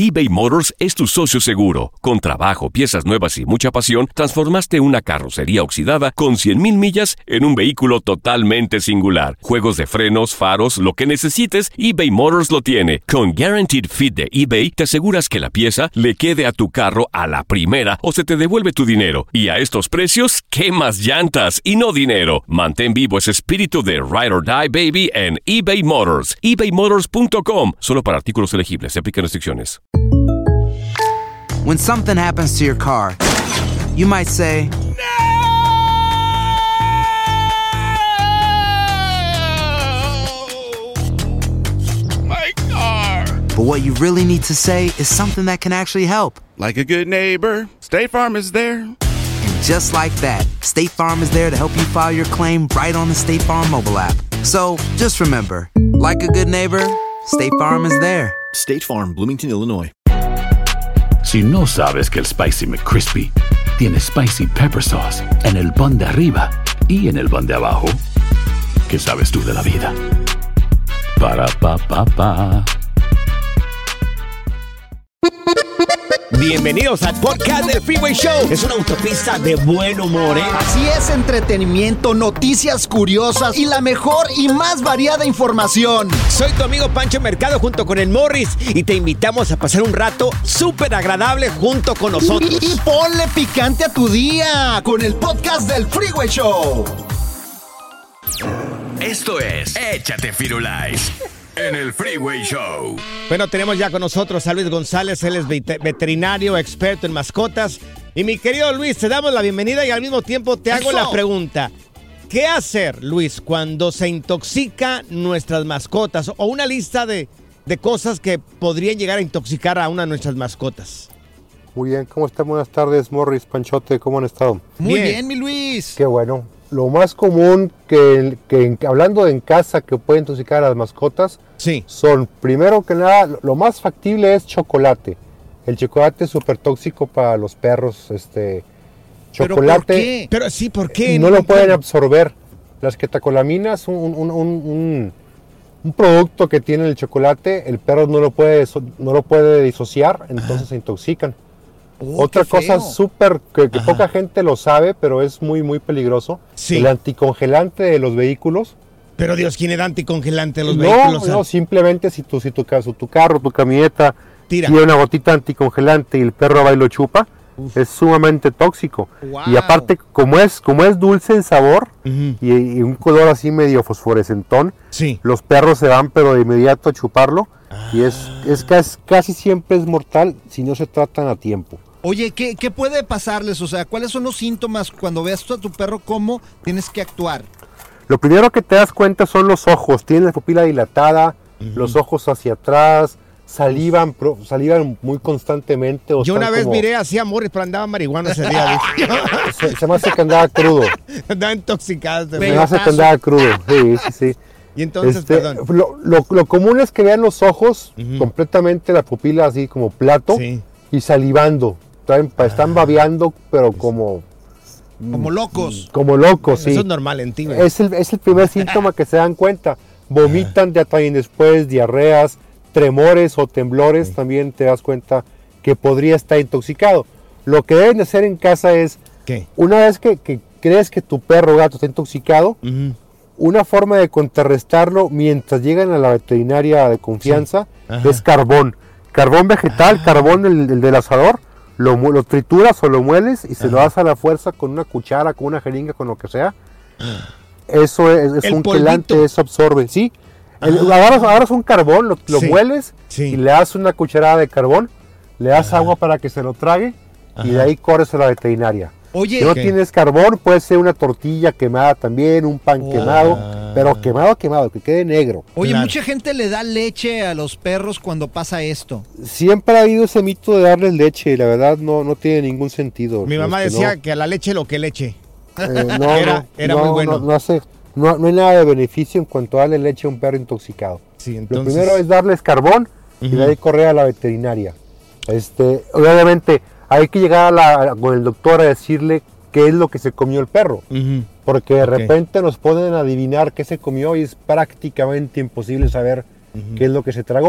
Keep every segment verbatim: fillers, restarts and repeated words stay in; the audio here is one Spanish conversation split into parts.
eBay Motors es tu socio seguro. Con trabajo, piezas nuevas y mucha pasión, transformaste una carrocería oxidada con cien mil millas en un vehículo totalmente singular. Juegos de frenos, faros, lo que necesites, eBay Motors lo tiene. Con Guaranteed Fit de eBay, te aseguras que la pieza le quede a tu carro a la primera o se te devuelve tu dinero. Y a estos precios, ¿qué más llantas y no dinero? Mantén vivo ese espíritu de Ride or Die, baby, en eBay Motors. ebay motors punto com. Solo para artículos elegibles. Se aplican restricciones. When something happens to your car, you might say, My car! but what you really need to say is something that can actually help. Like a good neighbor, State Farm is there. And just like that, State Farm is there to help you file your claim right on the State Farm mobile app. So just remember, like a good neighbor, State Farm is there. State Farm, Bloomington, Illinois. Si no sabes que el Spicy McCrispy tiene Spicy Pepper Sauce en el pan de arriba y en el pan de abajo, ¿qué sabes tú de la vida? Para, pa, pa, pa. Bienvenidos al podcast del Freeway Show. Es una autopista de buen humor, ¿eh? Así es, entretenimiento, noticias curiosas y la mejor y más variada información. Soy tu amigo Pancho Mercado junto con el Morris y te invitamos a pasar un rato súper agradable junto con nosotros. Y, y ponle picante a tu día con el podcast del Freeway Show. Esto es Échate Firulais en el Freeway Show. Bueno, tenemos ya con nosotros a Luis González. Él es veterinario, experto en mascotas. Y mi querido Luis, te damos la bienvenida y al mismo tiempo te hago Eso. la pregunta. ¿Qué hacer, Luis, cuando se intoxica nuestras mascotas? O una lista de, de cosas que podrían llegar a intoxicar a una de nuestras mascotas. Muy bien, ¿cómo están? Buenas tardes, Morris, Panchote, ¿cómo han estado? Muy bien, Bien. mi Luis. Qué bueno. Lo más común que, que hablando de en casa que puede intoxicar a las mascotas Sí. son, primero que nada, lo más factible es chocolate. El chocolate es súper tóxico para los perros. Este ¿Pero chocolate por qué? Pero sí, ¿por qué? no lo pueden absorber. Las ketocolaminas, un, un, un, un, un producto que tiene el chocolate, el perro no lo puede, no lo puede disociar, entonces se intoxican. Oh, Otra qué cosa feo. súper que, que poca gente lo sabe, pero es muy muy peligroso. Sí. El anticongelante de los vehículos. Pero Dios, ¿quién era anticongelante de los no, vehículos? no, simplemente si tu, si tu, caso, tu carro, tu camioneta Tira. tiene una gotita anticongelante y el perro va y lo chupa, es sumamente tóxico. Wow. Y aparte, como es, como es dulce en sabor Ujú. y, y un color así medio fosforescentón, Sí. los perros se van pero de inmediato a chuparlo. Y es, es casi, casi siempre es mortal si no se tratan a tiempo. Oye, ¿qué, ¿qué puede pasarles? O sea, ¿cuáles son los síntomas cuando veas a tu perro? ¿Cómo tienes que actuar? Lo primero que te das cuenta son los ojos. Tienen la pupila dilatada, los ojos hacia atrás, salivan, pro- salivan muy constantemente. O Yo una están vez como- miré así a Morris, pero andaba marihuana ese día. Se, se me hace que andaba crudo. Andaba intoxicado. Se me hace que andaba crudo. Sí, sí, sí. Y entonces, Este, perdón. lo, lo- lo común es que vean los ojos Ujú. completamente la pupila así como plato Sí. y salivando. Están, están babeando, pero como, Como locos. como locos, sí. Eso es normal en ti, güey. Es el, es el primer síntoma que se dan cuenta. Vomitan, de también después, diarreas, tremores o temblores, también te das cuenta que podría estar intoxicado. Lo que deben de hacer en casa es, ¿Qué? una vez que, que crees que tu perro o gato está intoxicado, Ujú. una forma de contrarrestarlo mientras llegan a la veterinaria de confianza Ajá. es carbón. Carbón vegetal, carbón el, el del asador, lo, mu- lo trituras o lo mueles y se lo das a la fuerza con una cuchara, con una jeringa, con lo que sea. Eso es, es El un polvito. quelante, eso absorbe, ¿sí? El- agarras, agarras un carbón, lo, lo Sí. mueles Sí. y le das una cucharada de carbón, le das agua para que se lo trague y de ahí corres a la veterinaria. Oye, Si no ok. tienes carbón, puede ser una tortilla quemada también, un pan Oh. quemado, pero quemado, quemado, que quede negro. oye, Claro. mucha gente le da leche a los perros cuando pasa esto. Siempre ha habido ese mito de darles leche y la verdad no, no tiene ningún sentido. Mi mamá Este, decía no, que a la leche lo que leche. eh, no, Era- no, era no, muy bueno. No, no hace, no, no hay nada de beneficio en cuanto a darle leche a un perro intoxicado. Sí, Lo entonces. primero es darles carbón y Ujú. de ahí correr a la veterinaria. Este, obviamente hay que llegar a la, con el doctor a decirle qué es lo que se comió el perro. Ujú. Porque de Ok. repente nos pueden adivinar qué se comió y es prácticamente imposible saber qué es lo que se tragó.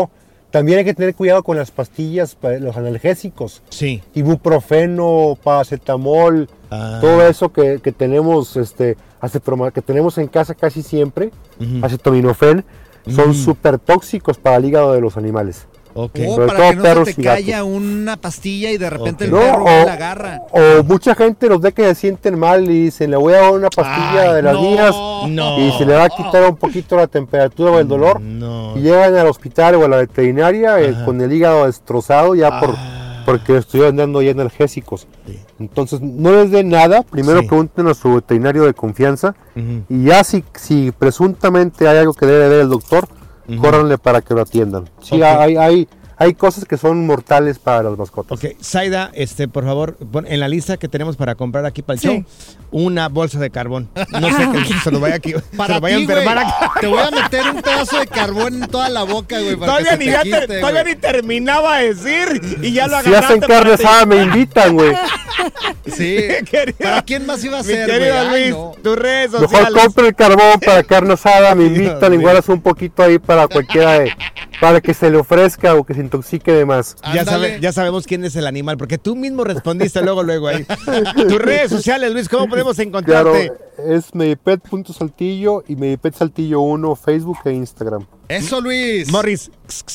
También hay que tener cuidado con las pastillas, los analgésicos. Sí. Ibuprofeno, paracetamol, ah. todo eso que, que tenemos este, que tenemos en casa casi siempre, uh-huh. acetaminofén, son uh-huh. súper tóxicos para el hígado de los animales. Okay. O para que no se te caiga una pastilla y de repente okay. el no, perro o, la agarra. O mucha gente los ve que se sienten mal y dicen, le voy a dar una pastilla Ay, de las no, mías no, y se le va a quitar un poquito la temperatura o el dolor. No. Y llegan al hospital o a la veterinaria eh, con el hígado destrozado ya por, ah. porque estuvieron dando ya analgésicos. Sí. Entonces no les den nada, primero sí. pregunten a su veterinario de confianza uh-huh. y ya si, si presuntamente hay algo que debe ver el doctor, Uh-huh. córranle para que lo atiendan. Sí, okay. hay, hay, hay cosas que son mortales para las mascotas. Ok, Zaida, este, por favor, pon en la lista que tenemos para comprar aquí para el sí. show, una bolsa de carbón. No sé que se lo vaya, aquí, para se lo vaya ti, a enfermar güey, acá. Te voy a meter un pedazo de carbón en toda la boca, güey, para todavía que ni se te quite, te, Todavía ni terminaba de decir y ya lo si agarraste. Si hacen carne asada, me invitan, güey. Sí. ¿Para quién más iba a ser, güey? Luis, no. tus redes sociales. Mejor compre el carbón para carne asada, me invitan, igual hace un poquito ahí para cualquiera de, para que se le ofrezca o que se intoxique de más. Ya, sabe, ya sabemos quién es el animal, porque tú mismo respondiste luego, luego ahí. Tus redes sociales, Luis, ¿cómo podemos encontrarte? Claro, es medipet punto saltillo y medipet saltillo uno, Facebook e Instagram. Eso, Luis. Morris.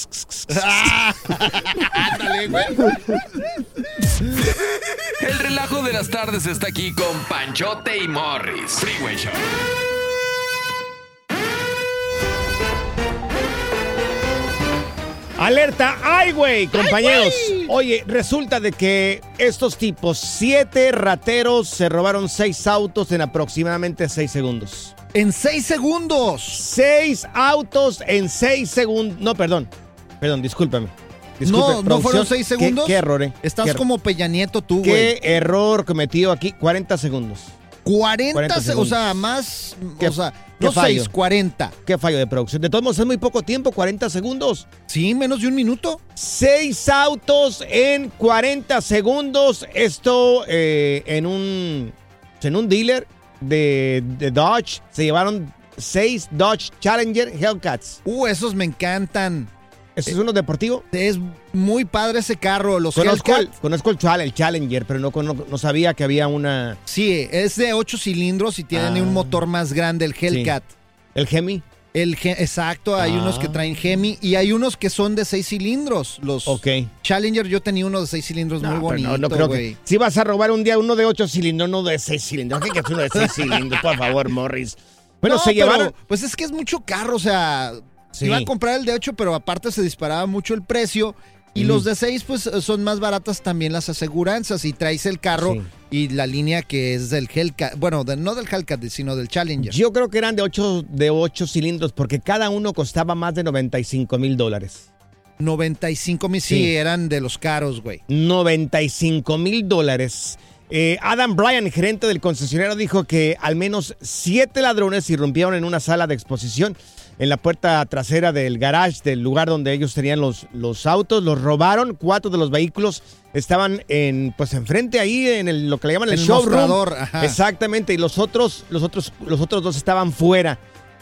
Ándale, güey. El relajo de las tardes está aquí con Panchote y Morris. Freeway Show. Alerta, ¡ay, güey! Compañeros, ¡ay, güey! Oye, resulta de que estos tipos, siete rateros, se robaron seis autos en aproximadamente seis segundos. ¡En seis segundos! Seis autos en seis segundos. No, perdón. Perdón, discúlpame. Disculpe, no, ¿no fueron seis segundos? ¿Qué, qué error, eh? Estás ¿Qué como Peña Nieto tú, güey. ¿Qué error cometido aquí? cuarenta segundos. cuarenta, cuarenta segundos. O sea, más, ¿Qué, o sea, no seis, cuarenta. ¿Qué fallo de producción? De todos modos, es muy poco tiempo, cuarenta segundos. Sí, menos de un minuto. Seis autos en cuarenta segundos. Esto eh, en un en un dealer de, de Dodge. Se llevaron seis Dodge Challenger Hellcats. Uh, esos me encantan. ¿Eso es uno deportivo? Es muy padre ese carro, los conozco Hellcat. El, conozco el, el Challenger, pero no, no, no sabía que había una... Sí, es de ocho cilindros y tiene ah. un motor más grande, el Hellcat. Sí. ¿El Hemi? El Exacto, hay ah. unos que traen Hemi y hay unos que son de seis cilindros. Los okay. Challenger, yo tenía uno de seis cilindros no, muy bonito, no, no creo que, si vas a robar un día uno de ocho cilindros, no de seis cilindros. ¿Qué que es uno de seis cilindros? Por favor, Morris. Bueno, no, se llevaron... Pues es que es mucho carro, o sea... Sí. Iba a comprar el de ocho, pero aparte se disparaba mucho el precio. Y mm. los de seis, pues son más baratas también las aseguranzas. Y traes el carro sí. y la línea que es del Hellcat. Bueno, de, no del Hellcat, sino del Challenger. Yo creo que eran de ocho, de ocho cilindros, porque cada uno costaba más de noventa y cinco mil dólares. noventa y cinco mil, sí. sí, eran de los caros, güey. noventa y cinco mil dólares. Eh, Adam Bryan, gerente del concesionario, dijo que al menos siete ladrones irrumpieron en una sala de exposición en la puerta trasera del garage del lugar donde ellos tenían los, los autos. Los robaron. Cuatro de los vehículos estaban en, pues enfrente ahí en el, lo que le llaman el, el showroom. Ajá. Exactamente. Y los otros, los otros, los otros dos estaban fuera.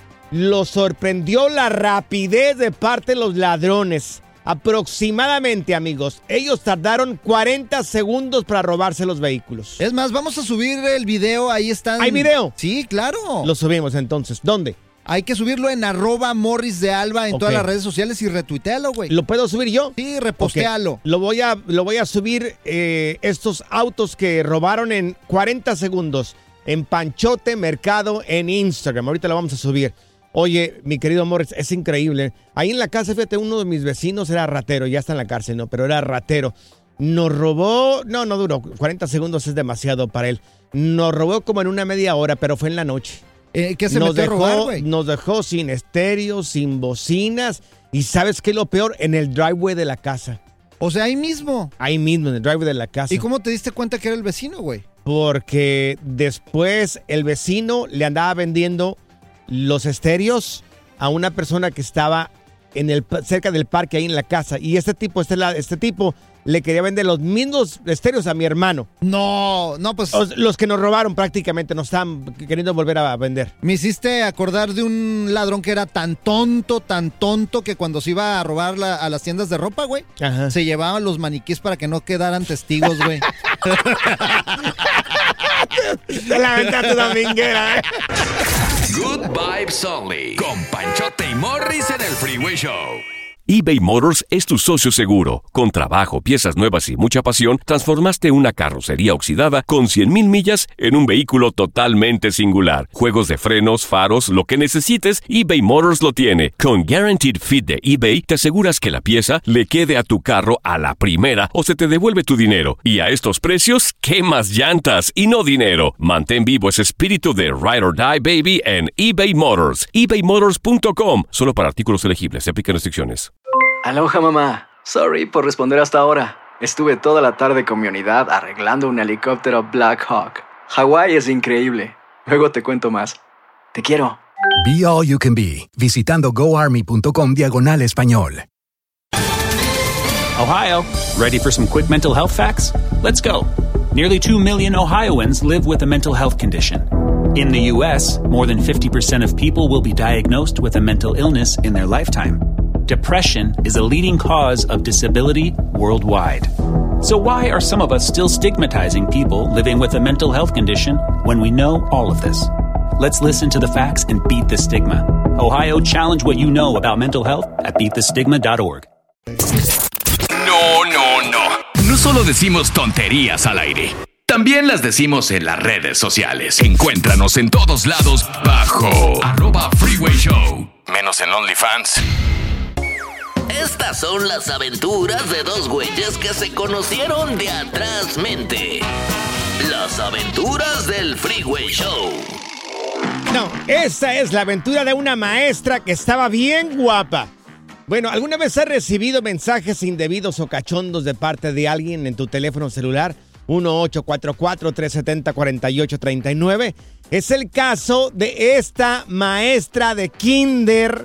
Los sorprendió la rapidez de parte de los ladrones. Aproximadamente, amigos, ellos tardaron cuarenta segundos para robarse los vehículos. Es más, vamos a subir el video, ahí están. ¿Hay video? Sí, claro. Lo subimos entonces. ¿Dónde? Hay que subirlo en arroba Morris de Alba en okay. todas las redes sociales y retuitealo, güey. ¿Lo puedo subir yo? Sí, repostealo. Okay. Lo voy a, lo voy a subir eh, estos autos que robaron en cuarenta segundos en Panchote Mercado en Instagram. Ahorita lo vamos a subir. Oye, mi querido Morris, es increíble. Ahí en la casa, fíjate, uno de mis vecinos era ratero, ya está en la cárcel, ¿no? Pero era ratero. Nos robó, no, no duró, cuarenta segundos es demasiado para él. Nos robó como en una media hora, pero fue en la noche. Eh, ¿Qué se nos metió dejó, a robar, güey? Nos dejó sin estéreo, sin bocinas. ¿Y sabes qué es lo peor? En el driveway de la casa. O sea, ahí mismo. Ahí mismo, en el driveway de la casa. ¿Y cómo te diste cuenta que era el vecino, güey? Porque después el vecino le andaba vendiendo los estéreos a una persona que estaba en el, cerca del parque, ahí en la casa. Y este tipo, este, este tipo le quería vender los mismos estéreos a mi hermano. No, no, pues... Los, los que nos robaron prácticamente, nos estaban queriendo volver a vender. Me hiciste acordar de un ladrón que era tan tonto, tan tonto, que cuando se iba a robar la, a las tiendas de ropa, güey, se llevaban los maniquíes para que no quedaran testigos, güey. Te la aventaste dominguera, ¿eh? Good Vibes Only. Con Panchote y Morris en el Freeway Show. eBay Motors es tu socio seguro. Con trabajo, piezas nuevas y mucha pasión, transformaste una carrocería oxidada con cien mil millas en un vehículo totalmente singular. Juegos de frenos, faros, lo que necesites, eBay Motors lo tiene. Con Guaranteed Fit de eBay, te aseguras que la pieza le quede a tu carro a la primera o se te devuelve tu dinero. Y a estos precios, ¿quemas llantas y no dinero? Mantén vivo ese espíritu de Ride or Die, baby, en eBay Motors. ebay motors punto com. Solo para artículos elegibles. Se aplican restricciones. Aloha, mamá. Sorry por responder hasta ahora. Estuve toda la tarde con mi unidad arreglando un helicóptero Black Hawk. Hawái es increíble. Luego te cuento más. Te quiero. Be All You Can Be, visitando goarmy.com diagonal español. Ohio, ready for some quick mental health facts? Let's go. Nearly two million Ohioans live with a mental health condition. In the U S, more than fifty percent of people will be diagnosed with a mental illness in their lifetime. Depression is a leading cause of disability worldwide. So why are some of us still stigmatizing people living with a mental health condition when we know all of this? Let's listen to the facts and beat the stigma. Ohio, challenge what you know about mental health at beat the stigma dot org. No, no, no. No solo decimos tonterías al aire. También las decimos en las redes sociales. Encuéntranos en todos lados bajo arroba Freeway Show. Menos en OnlyFans. Estas son las aventuras de dos güeyes que se conocieron de atrás mente. Las aventuras del Freeway Show. No, esa es la aventura de una maestra que estaba bien guapa. Bueno, ¿alguna vez has recibido mensajes indebidos o cachondos de parte de alguien en tu teléfono celular? uno ocho cuatro cuatro, tres siete cero, cuatro ocho tres nueve. Es el caso de esta maestra de kinder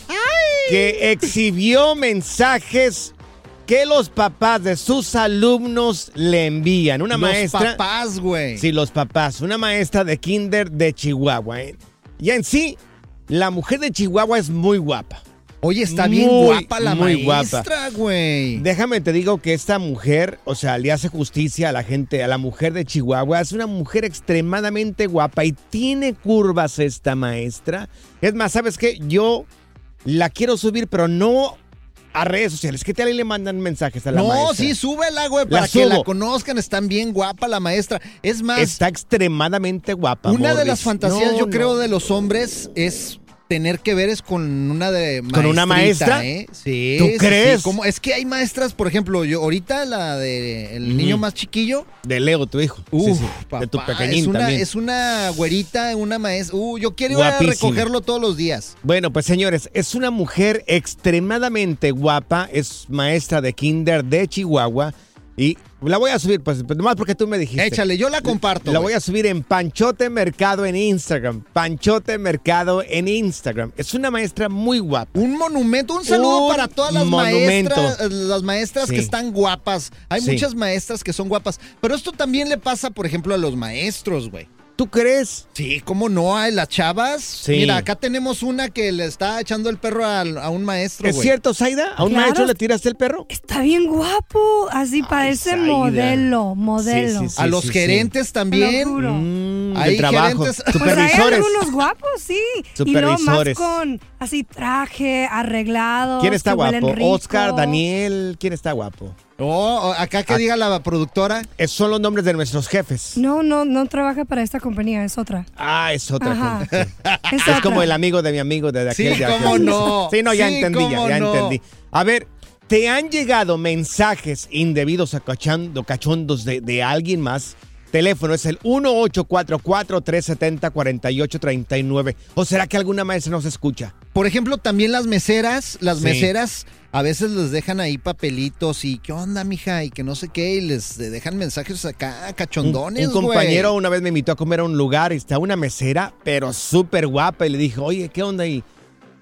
que exhibió mensajes que los papás de sus alumnos le envían. Una los maestra... Los papás, güey. Sí, los papás. Una maestra de kinder de Chihuahua. ¿eh? Y en sí, la mujer de Chihuahua es muy guapa. Oye, está muy, bien guapa la muy maestra, güey. Déjame te digo que esta mujer, o sea, le hace justicia a la gente, a la mujer de Chihuahua. Es una mujer extremadamente guapa y tiene curvas esta maestra. Es más, ¿sabes qué? Yo la quiero subir, pero no a redes sociales. ¿Qué tal le mandan mensajes a la no, maestra? No, sí, súbela, güey, para la que subo. la conozcan. Están bien guapa la maestra. Es más... Está extremadamente guapa, Una Morris. de las fantasías, no, yo no. creo, de los hombres es... tener que ver es con una de ¿Con una maestra? ¿eh? Sí. ¿Tú sí, crees? Sí. Como, es que hay maestras, por ejemplo, yo ahorita la de el mm. niño más chiquillo. De Leo, tu hijo. Uf, sí, sí. Papá, de tu pequeñín es una, también. Es una güerita, una maestra. Uh, yo quiero ir Guapísima. a recogerlo todos los días. Bueno, pues señores, es una mujer extremadamente guapa. Es maestra de kinder de Chihuahua. Y la voy a subir, pues, nomás porque tú me dijiste. Échale, yo la comparto. La wey. voy a subir en Panchote Mercado en Instagram. Panchote Mercado en Instagram. Es una maestra muy guapa. Un monumento, un saludo un para todas las monumento. maestras, las maestras sí. que están guapas. Hay sí. muchas maestras que son guapas. Pero esto también le pasa, por ejemplo, a los maestros, güey. ¿Tú crees? Sí, ¿cómo no? A las chavas. Sí. Mira, acá tenemos una que le está echando el perro a, a un maestro, ¿Es güey. cierto, Zaida? ¿A un Claro. maestro le tiraste el perro? Está bien guapo, así parece Zaida. modelo, modelo. Sí, sí, sí, a los sí, gerentes Te también. lo juro. Mm, Hay de trabajo. gerentes- Pues hay Supervisores. algunos guapos, sí. Y luego más Supervisores. con así traje, arreglado. ¿Quién está que huelen guapo? rico. Oscar, Daniel, ¿quién está guapo? Oh, acá que Ah. diga la productora. Esos son los nombres de nuestros jefes. No, no, no trabaja para esta compañía, es otra. Ah, es otra Ajá. cosa. Es, Es otra. como el amigo de mi amigo de aquel. Sí, de aquel. cómo no. Sí, no, ya Sí, entendí, ya, cómo ya no. entendí. A ver, ¿te han llegado mensajes indebidos a cachando, cachondos de, de alguien más? Teléfono es el uno ocho cuatro cuatro, tres siete cero, cuatro ocho tres nueve. ¿O será que alguna maestra nos escucha? Por ejemplo, también las meseras, las Sí. meseras a veces les dejan ahí papelitos y ¿qué onda, mija? Y que no sé qué, y les dejan mensajes acá, Un, cachondones, un compañero güey. una vez me invitó a comer a un lugar y está una mesera, pero súper guapa. Y le dije, oye, ¿qué onda ahí?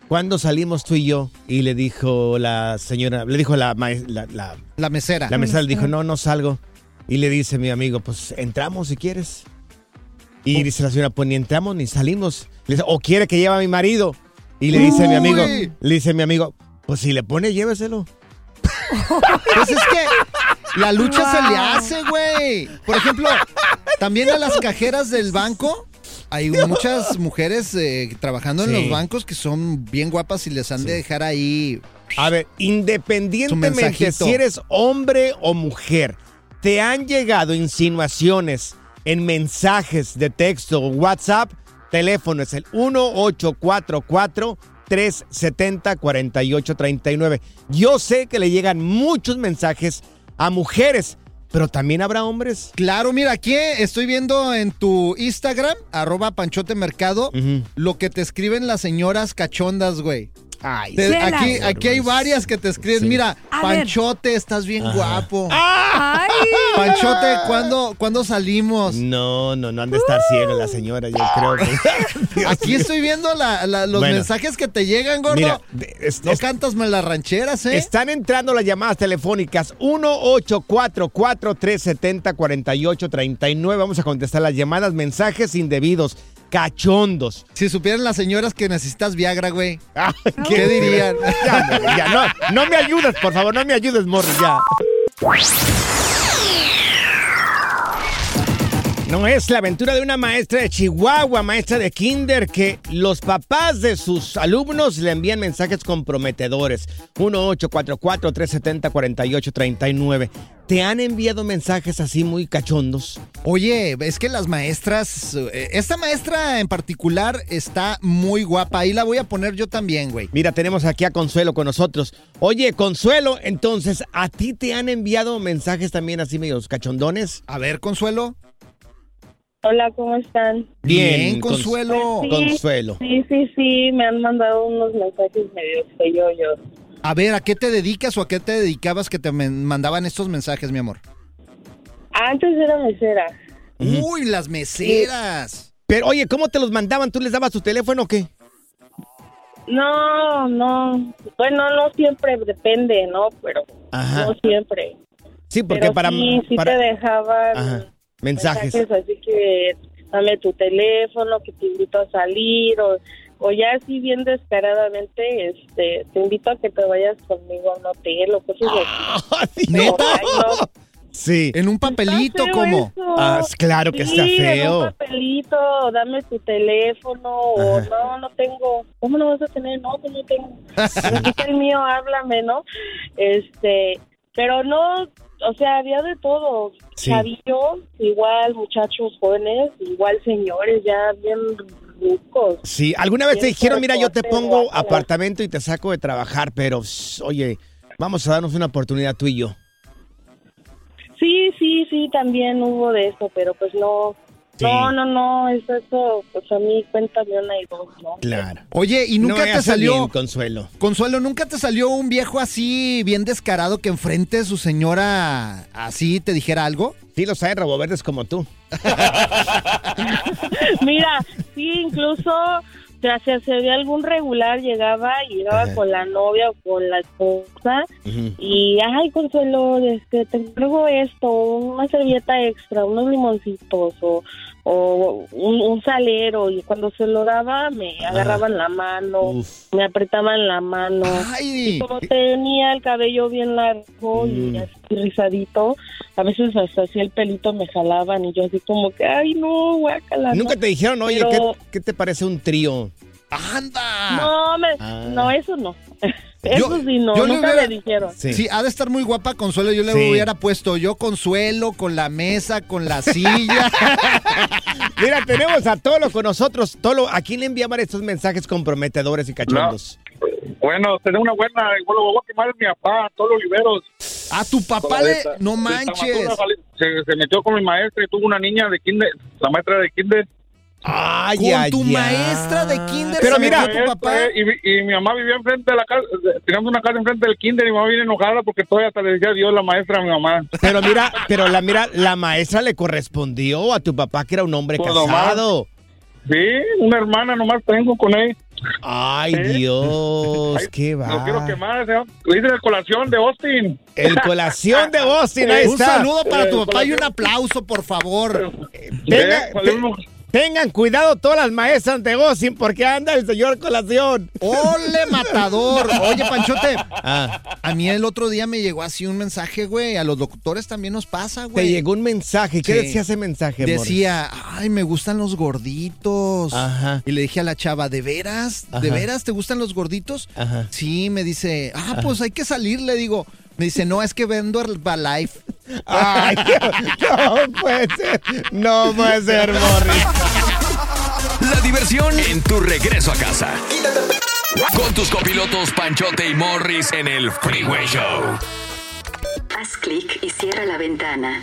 ¿cuándo salimos tú y yo? Y le dijo la señora, le dijo la ma- la, la, La mesera. la mesera, le dijo, no, no salgo. Y le dice mi amigo, pues entramos si quieres. Y dice la señora, pues ni entramos ni salimos. Le dice, o quiere que lleve a mi marido. Y le dice Uy. mi amigo, le dice mi amigo, pues si le pone, lléveselo. Pues es que la lucha wow. se le hace, güey. Por ejemplo, también a las cajeras del banco. Hay muchas mujeres eh, trabajando sí. en los bancos que son bien guapas y les han sí. de dejar ahí. A ver, independientemente si eres hombre o mujer, ¿te han llegado insinuaciones en mensajes de texto o WhatsApp? Teléfono es el uno ocho cuatro cuatro, tres siete cero, cuatro ocho tres nueve. Yo sé que le llegan muchos mensajes a mujeres, pero también habrá hombres. Claro, mira, aquí estoy viendo en tu Instagram, arroba Panchote Mercado, uh-huh. lo que te escriben las señoras cachondas, güey. Ay, te, aquí, aquí hay varias que te escriben. Sí. Mira, a Panchote, ver. Estás bien Ajá. guapo. Ay. Panchote, ¿cuándo, ¿cuándo salimos? No, no, no han de estar uh. ciega la señora, yo creo que... Aquí estoy viendo la, la, los bueno, mensajes que te llegan, gordo. Mira, es, no es, cantas mal las rancheras, ¿eh? Están entrando las llamadas telefónicas uno ocho cuatro cuatro, tres siete cero, cuatro ocho tres nueve. Vamos a contestar las llamadas, mensajes indebidos. Cachondos. Si supieran las señoras que necesitas Viagra, güey. ¿Qué, ¿Qué dirían? Ya, ya, no, no me ayudes, por favor, no me ayudes, Morris, ya. No es la aventura de una maestra de Chihuahua, maestra de kinder, que los papás de sus alumnos le envían mensajes comprometedores. uno ocho cuatro cuatro, tres siete cero, cuatro ocho tres nueve. ¿Te han enviado mensajes así muy cachondos? Oye, es que las maestras, esta maestra en particular está muy guapa. Ahí la voy a poner yo también, güey. Mira, tenemos aquí a Consuelo con nosotros. Oye, Consuelo, entonces, ¿a ti te han enviado mensajes también así medios cachondones? A ver, Consuelo. Hola, ¿cómo están? Bien, Bien Consuelo. Sí, Consuelo. Sí, sí, sí, me han mandado unos mensajes medio feyoyos. A ver, ¿a qué te dedicas o a qué te dedicabas que te mandaban estos mensajes, mi amor? Antes era mesera. Uy, las meseras. Sí. Pero, oye, ¿cómo te los mandaban? ¿Tú les dabas tu teléfono o qué? No, no. Bueno, no siempre, depende, ¿no? Pero Ajá. no siempre. Sí, porque Pero para... Sí, sí para... te dejaban... Ajá. Mensajes. mensajes. Así que dame tu teléfono, que te invito a salir, o, o ya así bien descaradamente, este, te invito a que te vayas conmigo a un hotel o cosas así. ¿Neta? No, sí. ¿En un papelito cómo? Ah, claro que sí, está feo. En un papelito, dame tu teléfono, o Ajá. no, no tengo. ¿Cómo no vas a tener? No, pues no tengo. Necesita el mío, háblame, ¿no? Este, pero no... O sea, había de todo, sí. Chavillos, igual muchachos jóvenes, igual señores ya bien ricos. Sí, alguna vez te dijeron, mira, yo te pongo apartamento y te saco de trabajar, pero, oye, vamos a darnos una oportunidad tú y yo. Sí, sí, sí, también hubo de eso, pero pues no... Sí. No, no, no, eso, eso, pues a mí cuéntame una y dos, ¿no? Claro. Oye, ¿y nunca no te salió... Bien, Consuelo. Consuelo, ¿nunca te salió un viejo así, bien descarado, que enfrente de su señora así te dijera algo? Sí, los hay reboverdes como tú. Mira, sí, incluso... Tras si había algún regular, llegaba y llegaba Ajá. con la novia o con la esposa uh-huh. y, ay, Consuelo, este, te entrego esto, una servilleta extra, unos limoncitos o, o un, un salero, y cuando se lo daba me ah. agarraban la mano, Uf. me apretaban la mano. Ay. Y como tenía el cabello bien largo mm. y así rizadito, a veces hasta así el pelito me jalaban y yo así como que, ay, no, guácala. ¿Nunca no. te dijeron, oye, Pero... ¿qué, ¿qué te parece un trío? ¡Anda! No, me, ah. no, eso no. Eso yo, sí, no, yo nunca le hubiera, me dijeron. Sí. sí, ha de estar muy guapa Consuelo. Yo le sí. hubiera puesto yo Consuelo con la mesa, con la silla. Mira, tenemos a Tolo con nosotros. Tolo, ¿a quién le enviaban estos mensajes comprometedores y cachondos? No. Bueno, tenemos una buena. Bueno, voy a quemar a mi papá, Tolo Oliveros. ¿A tu papá le? No manches. Se, se metió con mi maestra y tuvo una niña de kinder, la maestra de kinder. Ay, con ay, tu ay. maestra de kinder. Pero se mira, metió tu papá. Y, y mi mamá vivía enfrente de la casa, teníamos una casa enfrente del kinder y mi mamá viene enojada porque todavía hasta le decía Dios la maestra a mi mamá. Pero mira, pero la mira, la maestra le correspondió a tu papá que era un hombre pues casado. Nomás, sí, una hermana nomás tengo con él. Ay, ¿Eh? Dios, Ay, qué va. No quiero quemar, señor. Dice la colación de Austin. El colación de Austin, ahí Un está. saludo para tu Eh, papá y un colación. aplauso, por favor. Tenga- te- tengan cuidado todas las maestras de Austin porque anda el señor colación. ¡Ole, matador! Oye, Panchote, Ah, a mí el otro día me llegó así un mensaje, güey. A los doctores también nos pasa, güey. te llegó un mensaje. ¿Qué Sí. decía ese mensaje, Morris? Decía, ay, me gustan los gorditos. Ajá. Y le dije a la chava, ¿de veras? ¿De Ajá. veras te gustan los gorditos? Ajá. Sí, me dice, ah, pues hay que salir, le digo. Me dice, no, es que vendo Herbalife. Ay, no puede ser. No puede ser, Morris. La diversión en tu regreso a casa. Con tus copilotos Panchote y Morris en el Freeway Show. Haz clic y cierra la ventana.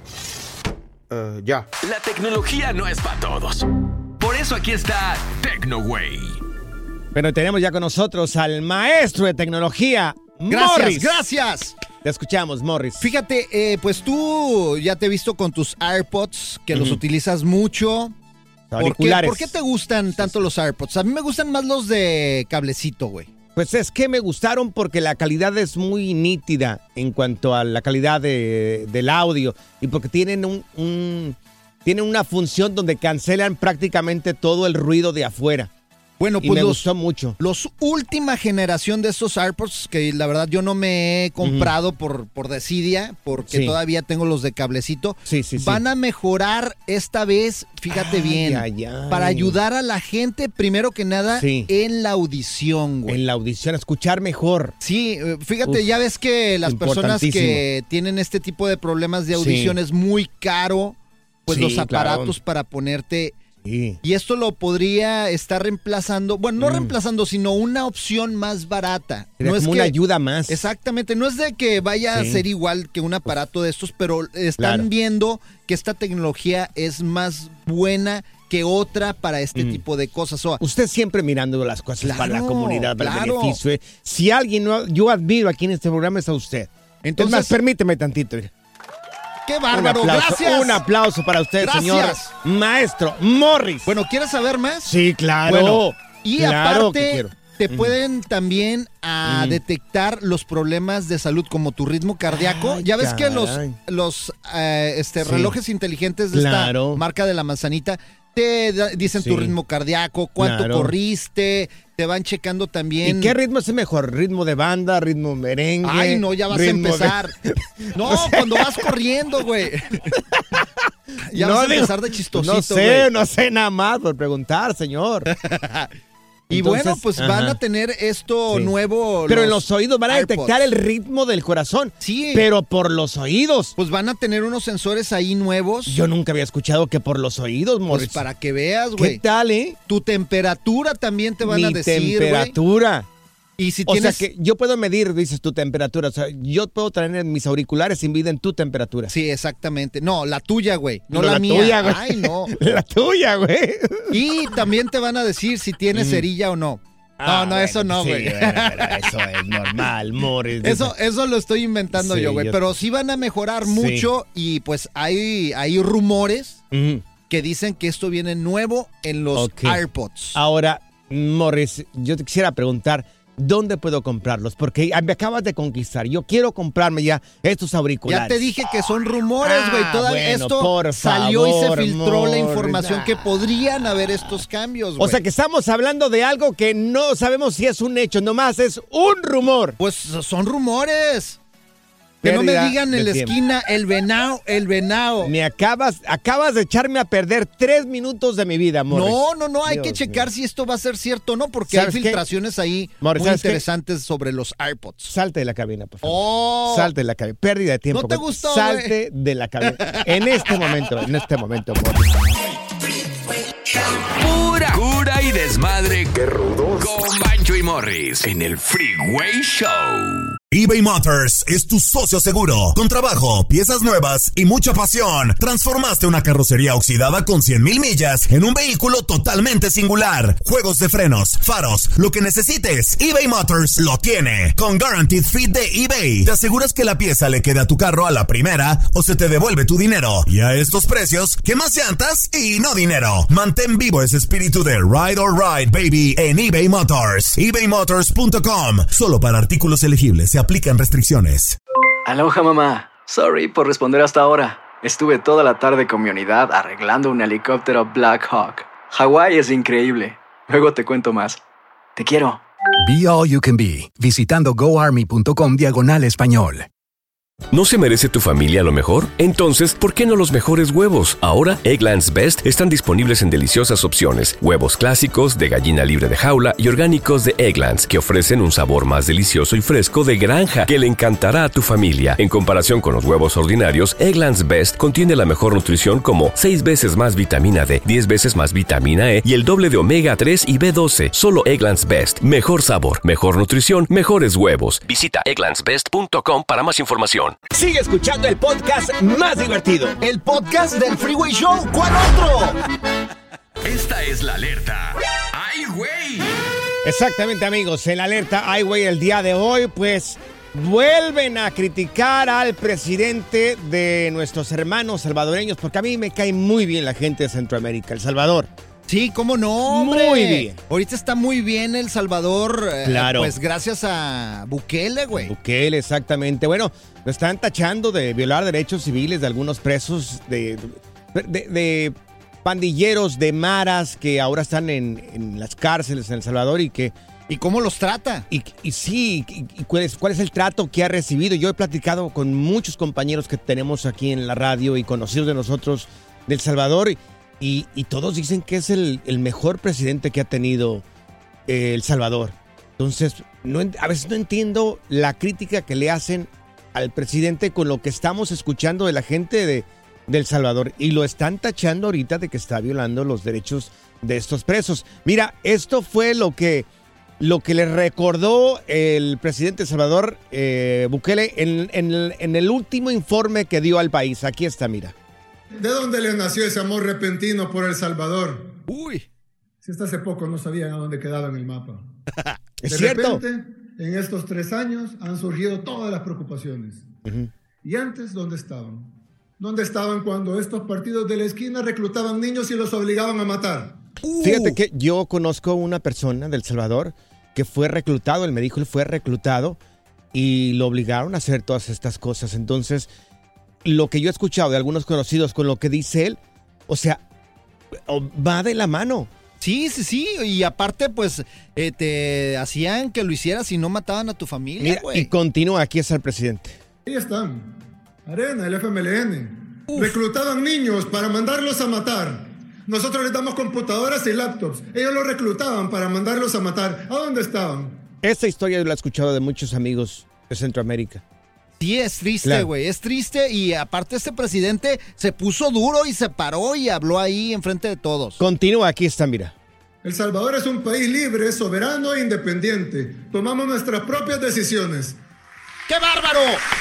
Uh, ya. La tecnología no es para todos. Por eso aquí está TecnoWay. Pero tenemos ya con nosotros al maestro de tecnología, Gracias, Morris. gracias. Te escuchamos, Morris. Fíjate, eh, pues tú ya te he visto con tus AirPods, que los Ujú. utilizas mucho. ¿Por qué, Auriculares. ¿Por qué te gustan tanto los AirPods? A mí me gustan más los de cablecito, güey. Pues es que me gustaron porque la calidad es muy nítida en cuanto a la calidad de- del audio y porque tienen un, un- tienen una función donde cancelan prácticamente todo el ruido de afuera. Bueno, Y pues me los, gustó mucho. los última generación de estos AirPods, que la verdad yo no me he comprado por, por desidia, porque Sí. todavía tengo los de cablecito, Sí, sí, sí. van a mejorar esta vez, fíjate Ay, bien, ay, ay. para ayudar a la gente, primero que nada, Sí. en la audición, güey. En la audición, escuchar mejor. Sí, eh, fíjate, Uf, ya ves que las personas importantísimo. que tienen este tipo de problemas de Sí. audición es muy caro, pues Sí, los claro. aparatos para ponerte... Sí. Y esto lo podría estar reemplazando, bueno, no Mm. reemplazando, sino una opción más barata. Sería no es como que, una ayuda más. Exactamente, no es de que vaya Sí. a ser igual que un aparato de estos, pero están Claro. viendo que esta tecnología es más buena que otra para este Mm. tipo de cosas. O, Usted siempre mirando las cosas Claro, para la comunidad, para claro. el beneficio. ¿eh? Si alguien no, yo admiro aquí en este programa es a usted. Entonces- es más, permíteme tantito. ¡Qué bárbaro! Un aplauso, ¡Gracias! un aplauso para usted, Gracias. señor maestro Morris. Bueno, ¿quieres saber más? Sí, claro. Bueno, y Claro que aparte, quiero. te Ujú. pueden también a Ujú. detectar los problemas de salud como tu ritmo cardíaco. Ay, ya ves que los, caray. los eh, este, Sí. relojes inteligentes de Claro. esta marca de la manzanita te da- dicen tu Sí. ritmo cardíaco, cuánto Claro. corriste, te van checando también. ¿Y qué ritmo es el mejor? ¿Ritmo de banda? ¿Ritmo merengue? Ay, no, ya vas a ritmo de- empezar. No, O sea- cuando vas corriendo, güey. Ya No, vas a digo, empezar de chistosito, No sé, güey. no sé nada más por preguntar, señor. Y Entonces, bueno, pues van ajá. a tener esto Sí. nuevo. Pero en los oídos van a AirPods. detectar el ritmo del corazón. Sí. Pero por los oídos. Pues van a tener unos sensores ahí nuevos. Yo nunca había escuchado que por los oídos, Morris. Pues para que veas, ¿Qué güey. tal, eh? Tu temperatura también te van Mi a decir, güey. temperatura. Y si O tienes... sea que yo puedo medir, dices, tu temperatura. O sea, yo puedo traer en mis auriculares y miden tu temperatura. Sí, exactamente. No, la tuya, güey. No, No, la, la mía. tuya, güey. Ay, no. La tuya, güey. Y también te van a decir si tienes Mm. cerilla o no. No, Ah, no, bueno, eso no, sí, güey. bueno, pero eso es normal, Morris. Eso, eso lo estoy inventando Sí, yo, güey. yo- Pero sí van a mejorar Sí. mucho y pues hay, hay rumores Ujú. que dicen que esto viene nuevo en los Ok. AirPods. Ahora, Morris, yo te quisiera preguntar, ¿dónde puedo comprarlos? Porque me acabas de conquistar. Yo quiero comprarme ya estos auriculares. Ya te dije que son rumores, güey. Ah, Toda bueno, esto por salió y favor, se filtró la Morris. información Ah. que podrían haber estos cambios, güey. O sea que estamos hablando de algo que no sabemos si es un hecho, nomás es un rumor. Pues son rumores. Que no me Pérdida digan en de la tiempo. esquina el venao, el venao. Me acabas, acabas de echarme a perder tres minutos de mi vida, Morris. No, no, no, hay Dios que checar mío. si esto va a ser cierto o no, porque hay ¿Sabes qué? filtraciones ahí Morris, muy ¿sabes qué? interesantes sobre los AirPods. Salte de la cabina, por favor. Oh. Salte de la cabina. Pérdida de tiempo. ¿No te güey. gustó, Salte de la cabina. En este momento, en este momento, Morris. Pura cura y desmadre. ¡Qué rudos! Con Bancho Pancho y Morris en el Freeway Show. eBay Motors es tu socio seguro. Con trabajo, piezas nuevas y mucha pasión, transformaste una carrocería oxidada con cien mil millas en un vehículo totalmente singular. Juegos de frenos, faros, lo que necesites, eBay Motors lo tiene. Con Guaranteed Fit de eBay, te aseguras que la pieza le quede a tu carro a la primera o se te devuelve tu dinero. Y a estos precios, ¿qué más llantas y no dinero? Mantén vivo ese espíritu de Ride or Ride, baby, en eBay Motors. ebay motors punto com. Solo para artículos elegibles se aplican restricciones. Aloha, mamá. Sorry por responder hasta ahora. Estuve toda la tarde con mi unidad arreglando un helicóptero Black Hawk. Hawái es increíble. Luego te cuento más. Te quiero. Be All You Can Be, visitando goarmy.com diagonal español. ¿No se merece tu familia lo mejor? Entonces, ¿por qué no los mejores huevos? Ahora, Eggland's Best están disponibles en deliciosas opciones. Huevos clásicos, de gallina libre de jaula y orgánicos de Eggland's, que ofrecen un sabor más delicioso y fresco de granja que le encantará a tu familia. En comparación con los huevos ordinarios, Eggland's Best contiene la mejor nutrición como seis veces más vitamina D, diez veces más vitamina E y el doble de omega tres y B doce. Solo Eggland's Best. Mejor sabor, mejor nutrición, mejores huevos. Visita egglands best punto com para más información. Sigue escuchando el podcast más divertido. El podcast del Freeway Show. ¿Cuál otro? Esta es la alerta. ¡Ay, güey! Exactamente, amigos. En la alerta Ay, güey, el día de hoy, pues, vuelven a criticar al presidente de nuestros hermanos salvadoreños, porque a mí me cae muy bien la gente de Centroamérica, El Salvador. Sí, cómo no, hombre. Muy bien. Ahorita está muy bien El Salvador, eh, Claro. pues gracias a Bukele, güey. Bukele, exactamente. Bueno, lo están tachando de violar derechos civiles de algunos presos, de, de, de pandilleros, de maras que ahora están en, en las cárceles en El Salvador y que... ¿Y cómo los trata? Y, y sí, y, y cuál, es, cuál es el trato que ha recibido. Yo he platicado con muchos compañeros que tenemos aquí en la radio y conocidos de nosotros de El Salvador y, y, y todos dicen que es el, el mejor presidente que ha tenido eh, El Salvador. Entonces, no, a veces no entiendo la crítica que le hacen al presidente con lo que estamos escuchando de la gente de, de El Salvador. Y lo están tachando ahorita de que está violando los derechos de estos presos. Mira, esto fue lo que... Lo que le recordó el presidente de Salvador, eh, Bukele, en, en, en el último informe que dio al país. Aquí está, mira. ¿De dónde les nació ese amor repentino por El Salvador? Uy. Si hasta hace poco no sabían a dónde quedaba en el mapa. Es de cierto. repente, en estos tres años han surgido todas las preocupaciones. Uh-huh. ¿Y antes dónde estaban? ¿Dónde estaban cuando estos partidos de la esquina reclutaban niños y los obligaban a matar? Uh. Fíjate que yo conozco una persona del Salvador que fue reclutado, él me dijo, él fue reclutado y lo obligaron a hacer todas estas cosas. Entonces, lo que yo he escuchado de algunos conocidos con lo que dice él, o sea, va de la mano. Sí, sí, sí, y aparte, pues, eh, te hacían que lo hicieras y no mataban a tu familia, güey. Y continúa, aquí está el presidente. Ahí están. Arena, el F M L N. Uf. Reclutaban niños para mandarlos a matar. Nosotros les damos computadoras y laptops. Ellos los reclutaban para mandarlos a matar. ¿A dónde estaban? Esta historia yo la he escuchado de muchos amigos de Centroamérica. Sí, es triste, güey, claro. Es triste y aparte este presidente se puso duro y se paró y habló ahí enfrente de todos. Continúa, aquí está, mira. El Salvador es un país libre, soberano e independiente. Tomamos nuestras propias decisiones. ¡Qué bárbaro!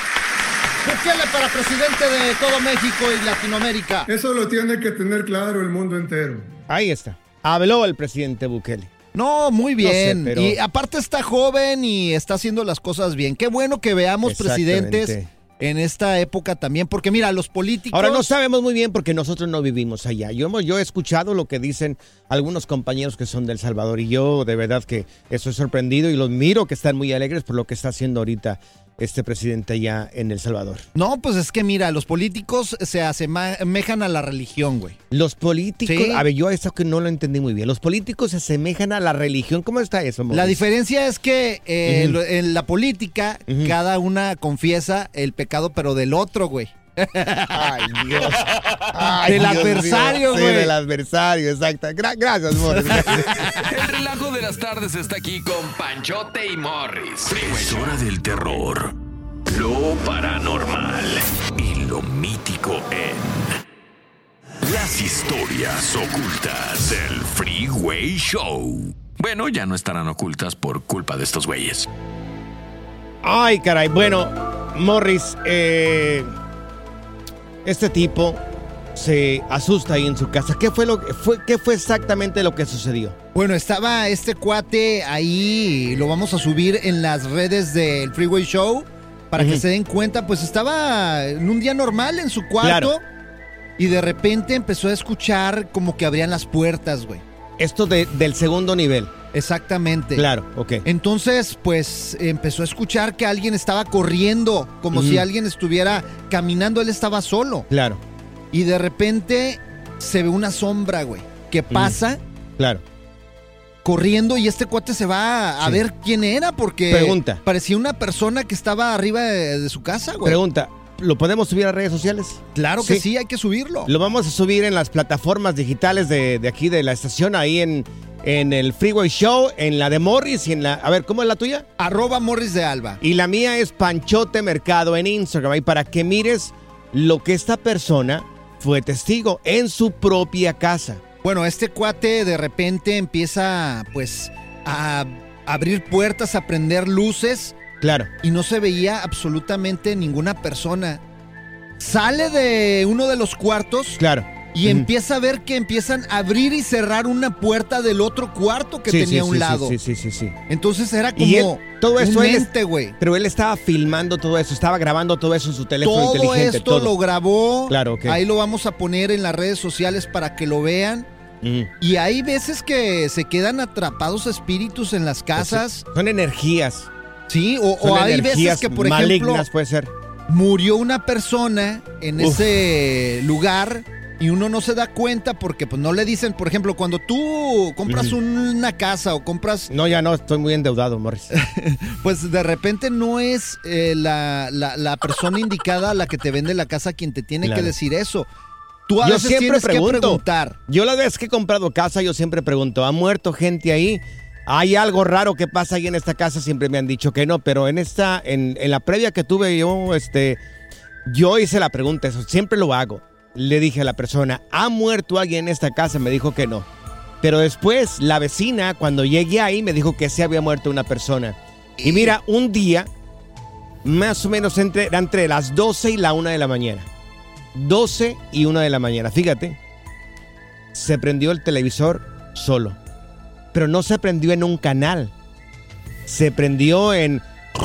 Bukele para presidente de todo México y Latinoamérica. Eso lo tiene que tener claro el mundo entero. Ahí está. Habló el presidente Bukele. No, muy bien. No sé, pero... Y aparte está joven y está haciendo las cosas bien. Qué bueno que veamos presidentes en esta época también, porque mira, los políticos... Ahora no sabemos muy bien porque nosotros no vivimos allá. Yo, yo he escuchado lo que dicen algunos compañeros que son de El Salvador y yo de verdad que estoy sorprendido y los miro que están muy alegres por lo que está haciendo ahorita este presidente allá en El Salvador. No, pues es que mira, los políticos se asemejan a la religión, güey. Los políticos, ¿Sí? a ver, yo esto que no lo entendí muy bien. Los políticos se asemejan a la religión. ¿Cómo está eso, Mauricio? La diferencia es que eh, Uh-huh. en la política uh-huh. cada una confiesa el pecado, pero del otro, güey. Ay, Dios. Ay, del Dios adversario, güey. Sí, del adversario, exacto. Gra- gracias, Morris. El relajo de las tardes está aquí con Panchote y Morris. Es hora del terror, lo paranormal y lo mítico en Las Historias Ocultas del Freeway Show. Bueno, ya no estarán ocultas por culpa de estos güeyes. Ay, caray. Bueno, Morris, eh, este tipo se asusta ahí en su casa. ¿Qué fue lo que fue? ¿Qué fue exactamente lo que sucedió? Bueno, estaba este cuate ahí, lo vamos a subir en las redes del Freeway Show para uh-huh. que se den cuenta. Pues estaba en un día normal en su cuarto, claro. Y de repente empezó a escuchar como que abrían las puertas, güey. Esto de, del segundo nivel. Exactamente. Claro, ok. Entonces, pues, empezó a escuchar que alguien estaba corriendo, como uh-huh. si alguien estuviera caminando, él estaba solo. Claro. Y de repente se ve una sombra, güey, que pasa. Uh-huh. Claro. Corriendo, y este cuate se va a sí. ver quién era, porque Pregunta. parecía una persona que estaba arriba de, de su casa, güey. Pregunta. ¿Lo podemos subir a redes sociales? Claro que sí. sí, hay que subirlo. Lo vamos a subir en las plataformas digitales de, de aquí de la estación, ahí en, en el Freeway Show, en la de Morris y en la... A ver, ¿cómo es la tuya? Arroba Morris de Alba. Y la mía es Panchote Mercado en Instagram, ahí para que mires lo que esta persona fue testigo en su propia casa. Bueno, este cuate de repente empieza, pues, a abrir puertas, a prender luces... Claro. Y no se veía absolutamente ninguna persona. Sale de uno de los cuartos. Claro. Y uh-huh. empieza a ver que empiezan a abrir y cerrar una puerta del otro cuarto que sí, tenía a sí, un sí, lado. Sí, sí, sí, sí. Entonces era como y él, todo eso un él ente, güey. Pero él estaba filmando todo eso, estaba grabando todo eso en su teléfono todo inteligente. Esto todo esto lo grabó. Claro, ok. Ahí lo vamos a poner en las redes sociales para que lo vean. Uh-huh. Y hay veces que se quedan atrapados espíritus en las casas. Pues, son energías. Sí, o, o hay veces que, por malignas, ejemplo, puede ser. Murió una persona en Uf. ese lugar y uno no se da cuenta porque pues no le dicen, por ejemplo, cuando tú compras uh-huh. una casa o compras... No, ya no, estoy muy endeudado, Morris. Pues de repente no es eh, la, la, la persona indicada a la que te vende la casa quien te tiene claro. que decir eso. Tú a yo veces siempre tienes pregunto, que preguntar. Yo la vez que he comprado casa, yo siempre pregunto, ¿ha muerto gente ahí? ¿Hay algo raro que pasa ahí en esta casa? Siempre me han dicho que no, pero en esta, en, en la previa que tuve yo, este, yo hice la pregunta, eso siempre lo hago. Le dije a la persona, ¿ha muerto alguien en esta casa? Me dijo que no. Pero después, la vecina, cuando llegué ahí, me dijo que sí había muerto una persona. Y mira, un día, más o menos entre, era entre las doce y la una de la mañana. doce y una de la mañana, fíjate. Se prendió el televisor solo. Pero no se prendió en un canal. Se prendió en...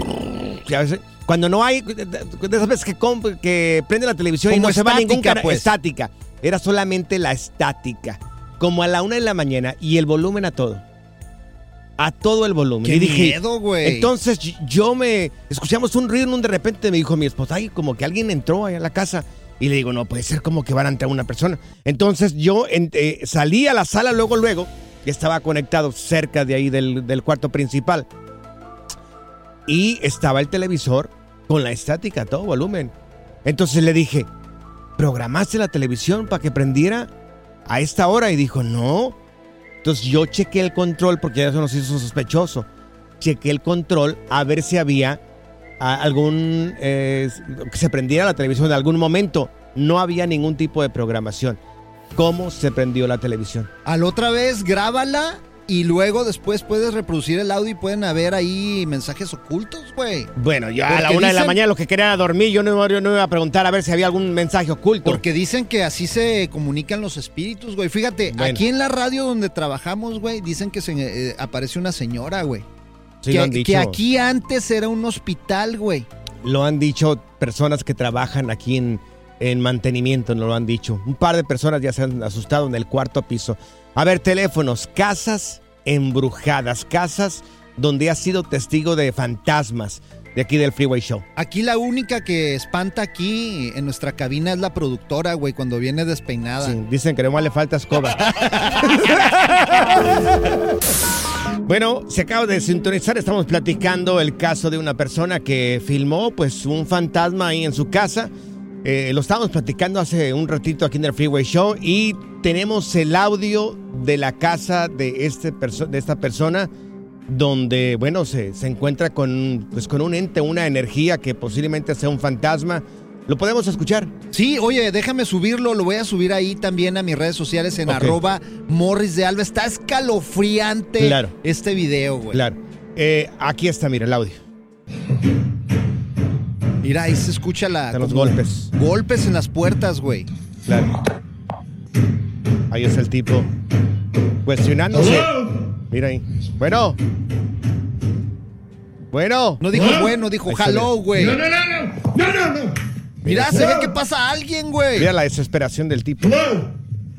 Cuando no hay... De esas veces que, comp- que prende la televisión y no se va a ningún canal. Pues. Estática. Era solamente la estática. Como a la una de la mañana. Y el volumen a todo. A todo el volumen. ¡Qué y dije, miedo, güey! Entonces yo me... Escuchamos un ruido y de repente me dijo mi esposa, ay, como que alguien entró ahí a la casa. Y le digo, no, puede ser como que van a entrar una persona. Entonces yo en, eh, salí a la sala luego, luego... que estaba conectado cerca de ahí del, del cuarto principal. Y estaba el televisor con la estática a todo volumen. Entonces le dije, ¿programaste la televisión para que prendiera a esta hora? Y dijo, no. Entonces yo chequé el control porque eso nos hizo sospechoso. Chequé el control a ver si había a, algún... Eh, que se prendiera la televisión en algún momento. No había ningún tipo de programación. ¿Cómo se prendió la televisión? A la otra vez, grábala y luego después puedes reproducir el audio y pueden haber ahí mensajes ocultos, güey. Bueno, yo a la una dicen, de la mañana lo que quería era dormir. Yo no, yo no iba a preguntar a ver si había algún mensaje oculto. Porque dicen que así se comunican los espíritus, güey. Fíjate, bueno. Aquí en la radio donde trabajamos, güey, dicen que se eh, aparece una señora, güey. Sí, que, lo han dicho. Que aquí antes era un hospital, güey. Lo han dicho personas que trabajan aquí en... En mantenimiento, nos lo han dicho. Un par de personas ya se han asustado en el cuarto piso. A ver, teléfonos, casas embrujadas, casas donde has sido testigo de fantasmas de aquí del Freeway Show. Aquí la única que espanta aquí en nuestra cabina es la productora, güey, cuando viene despeinada. Sí, dicen que nomás le falta escoba. Bueno, se acaba de sintonizar, estamos platicando el caso de una persona que filmó pues un fantasma ahí en su casa. Eh, lo estábamos platicando hace un ratito aquí en el Freeway Show y tenemos el audio de la casa de, este perso- de esta persona donde, bueno, se, se encuentra con, pues, con un ente, una energía que posiblemente sea un fantasma ¿Lo podemos escuchar? Sí, oye, déjame subirlo, lo voy a subir ahí también a mis redes sociales en okay. arroba Morris de Alba. Está escalofriante claro. este video, güey. Claro. Eh, aquí está, mira, el audio. Mira, ahí se escucha la... Están los golpes. Golpes en las puertas, güey. Claro. Ahí es el tipo cuestionándose. Hello. Mira ahí. Bueno. Bueno. No dijo Hello. bueno, dijo hello, güey. No, no, no, no. No, no, no. Mira, Hello. se ve que pasa a alguien, güey. Mira la desesperación del tipo. Hello.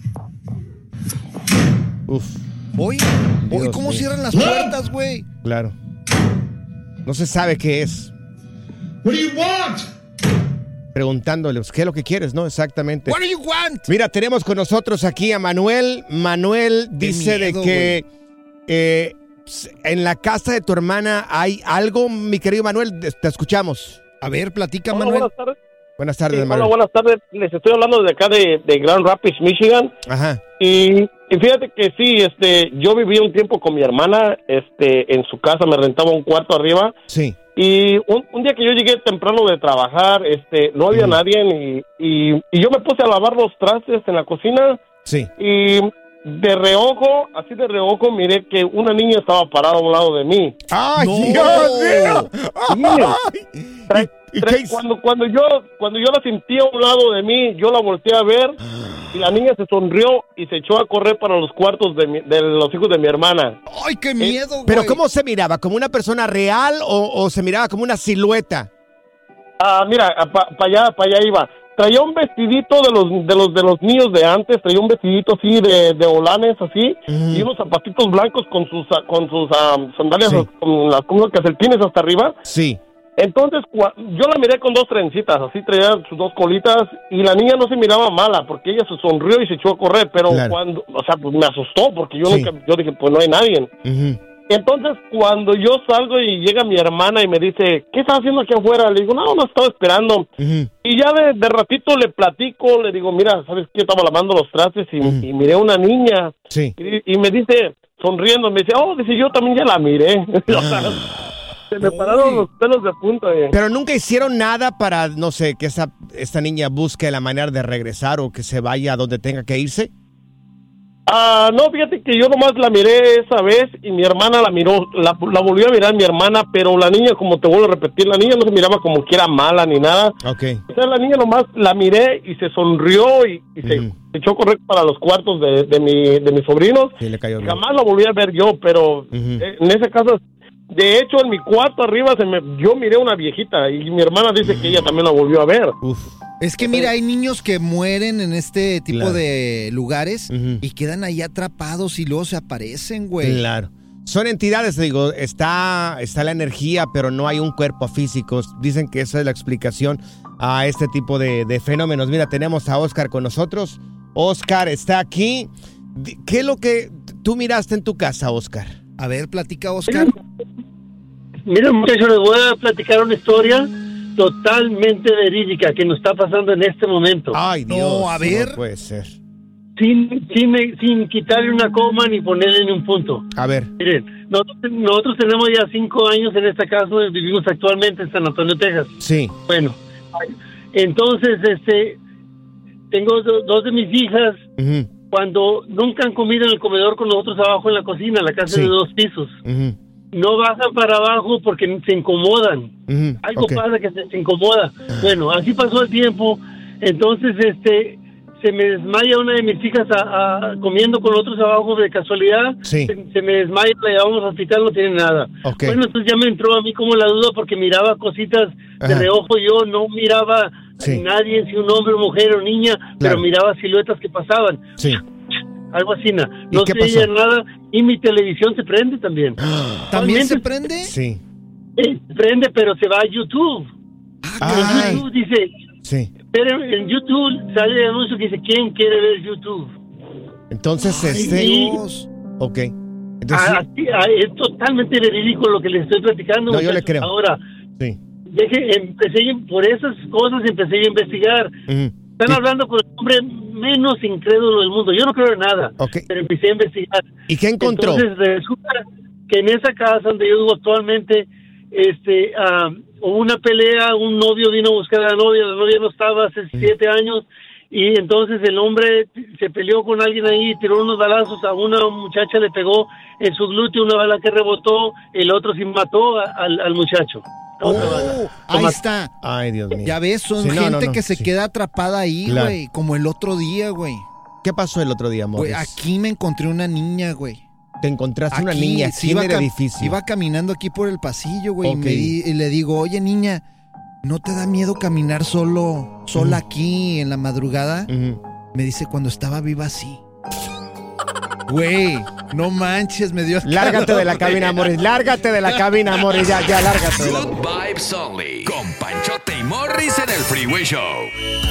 Uf. Oye, oye, ¿cómo mío. cierran las puertas, güey? Claro. No se sabe qué es. What do you want? Preguntándole, ¿qué es lo que quieres, no? Exactamente. What do you want? Mira, tenemos con nosotros aquí a Manuel. Manuel dice miedo, de que eh, en la casa de tu hermana hay algo, mi querido Manuel. Te escuchamos. A ver, platica, hola, Manuel. Buenas tardes. Buenas tardes, sí, Manuel. Hola, buenas tardes. Les estoy hablando de acá de, de Grand Rapids, Michigan. Ajá. Y, y fíjate que sí, este, yo viví un tiempo con mi hermana, este, en su casa, me rentaba un cuarto arriba. Sí. Y un, un día que yo llegué temprano de trabajar, este, no había mm. nadie y, y, y yo me puse a lavar los trastes en la cocina. Sí. Y de reojo, así de reojo, miré que una niña estaba parada a un lado de mí. ¡Ay, no. Dios mío! Sí. Tra- tra- cuando, cuando, yo, cuando yo la sentí a un lado de mí, yo la volteé a ver y la niña se sonrió y se echó a correr para los cuartos de, mi, de los hijos de mi hermana. ¡Ay, qué miedo, güey! ¿Pero cómo se miraba? ¿Como una persona real o, o se miraba como una silueta? Ah, mira, para pa allá, para allá iba. Traía un vestidito de los de los de los niños de antes, traía un vestidito así de, de holanes así mm. y unos zapatitos blancos con sus con sus um, sandalias, sí. con las con calcetines hasta arriba. Sí. Entonces, yo la miré con dos trencitas, así traía sus dos colitas, y la niña no se miraba mala, porque ella se sonrió y se echó a correr, pero claro. cuando, o sea, pues me asustó, porque yo sí. nunca, yo dije, pues no hay nadie. Uh-huh. Entonces, cuando yo salgo y llega mi hermana y me dice, ¿qué estás haciendo aquí afuera? Le digo, no, no estaba esperando. Uh-huh. Y ya de, de ratito le platico, le digo, mira, ¿sabes qué? Yo estaba lavando los trastes y, uh-huh. y miré una niña. Sí. Y, y me dice, sonriendo, me dice, oh, dice, yo también ya la miré. Se me pararon los pelos de punta. Eh. Pero nunca hicieron nada para, no sé, que esa esta niña busque la manera de regresar o que se vaya a donde tenga que irse. Ah, no, fíjate que yo nomás la miré esa vez y mi hermana la miró, la, la volvió a mirar mi hermana, pero la niña, como te vuelvo a repetir, la niña no se miraba como que era mala ni nada. Okay. O sea, la niña nomás la miré y se sonrió y, y se, mm. se echó correcto para los cuartos de, de, mi, de mis sobrinos. Sí, le cayó bien. Jamás la volví a ver yo, pero uh-huh. en ese caso... De hecho, en mi cuarto arriba se me, yo miré una viejita y mi hermana dice que ella también la volvió a ver. Uf. Es que mira, hay niños que mueren en este tipo claro. de lugares uh-huh. y quedan ahí atrapados y luego se aparecen, güey. Claro. Son entidades, digo, está, está la energía, pero no hay un cuerpo físico. Dicen que esa es la explicación a este tipo de, de fenómenos. Mira, tenemos a Oscar con nosotros. Oscar está aquí. ¿Qué es lo que tú miraste en tu casa, Oscar? A ver, platica, Oscar. Miren, muchachos, les voy a platicar una historia totalmente verídica que nos está pasando en este momento. Ay, Dios. No, a ver. No puede ser. Sin, sin, sin quitarle una coma ni ponerle ni un punto. A ver. Miren, nosotros, nosotros tenemos ya cinco años en esta casa donde vivimos actualmente en San Antonio, Texas. Sí. Bueno, entonces, este, tengo do, dos de mis hijas. Uh-huh. Cuando nunca han comido en el comedor con nosotros abajo en la cocina, la casa sí. de dos pisos. Uh-huh. No bajan para abajo porque se incomodan. Uh-huh. Algo okay. pasa que se, se incomoda. Uh-huh. Bueno, así pasó el tiempo. Entonces, este, se me desmaya una de mis hijas a, a, comiendo con otros abajo de casualidad. Sí. Se, se me desmaya, la llevamos al hospital, no tiene nada. Okay. Bueno, entonces ya me entró a mí como la duda porque miraba cositas de uh-huh. reojo. Yo no miraba sí. a nadie, si un hombre, mujer o niña, claro. pero miraba siluetas que pasaban. Sí. Algo así, no, no se veía nada y mi televisión se prende también. ¿También se prende? Sí. Se prende, pero se va a YouTube. Ah, en YouTube dice, sí. pero en YouTube sale el anuncio que dice, ¿quién quiere ver YouTube? Entonces, Ay, este... Dios. Ok. Entonces, ah, sí, ah, es totalmente verídico lo que les estoy platicando. No, yo le creo. Ahora, sí. deje, empecé, por esas cosas empecé a investigar. Uh-huh. Están hablando con el hombre menos incrédulo del mundo. Yo no creo en nada, okay. pero empecé a investigar. ¿Y qué encontró? Entonces resulta que en esa casa donde yo vivo actualmente, este, uh, hubo una pelea, un novio vino a buscar a la novia, la novia no estaba hace siete años, y entonces el hombre se peleó con alguien ahí, tiró unos balazos, a una muchacha le pegó en su glúteo una bala que rebotó, el otro sí mató a, al, al muchacho. Oh, ahí está. Ay, Dios mío. Ya ves, son Sí, no, gente no, no, que se sí. queda atrapada ahí, Claro. güey, como el otro día, güey. ¿Qué pasó el otro día, Güey, Morris? aquí me encontré una niña, güey. Te encontraste una Aquí, niña sí, aquí en iba el cam- edificio. Iba caminando aquí por el pasillo, güey, y, Ok. me di- y le digo, oye, niña, ¿no te da miedo caminar solo, sola aquí en la madrugada? Me dice, cuando estaba viva, sí. Güey, no manches, me dio hasta Lárgate de la hambre. cabina, Morris. Lárgate de la cabina, Morris. Ya, ya, lárgate. de la- Good Vibes Only. Con Panchote y Morris en el Freeway Show.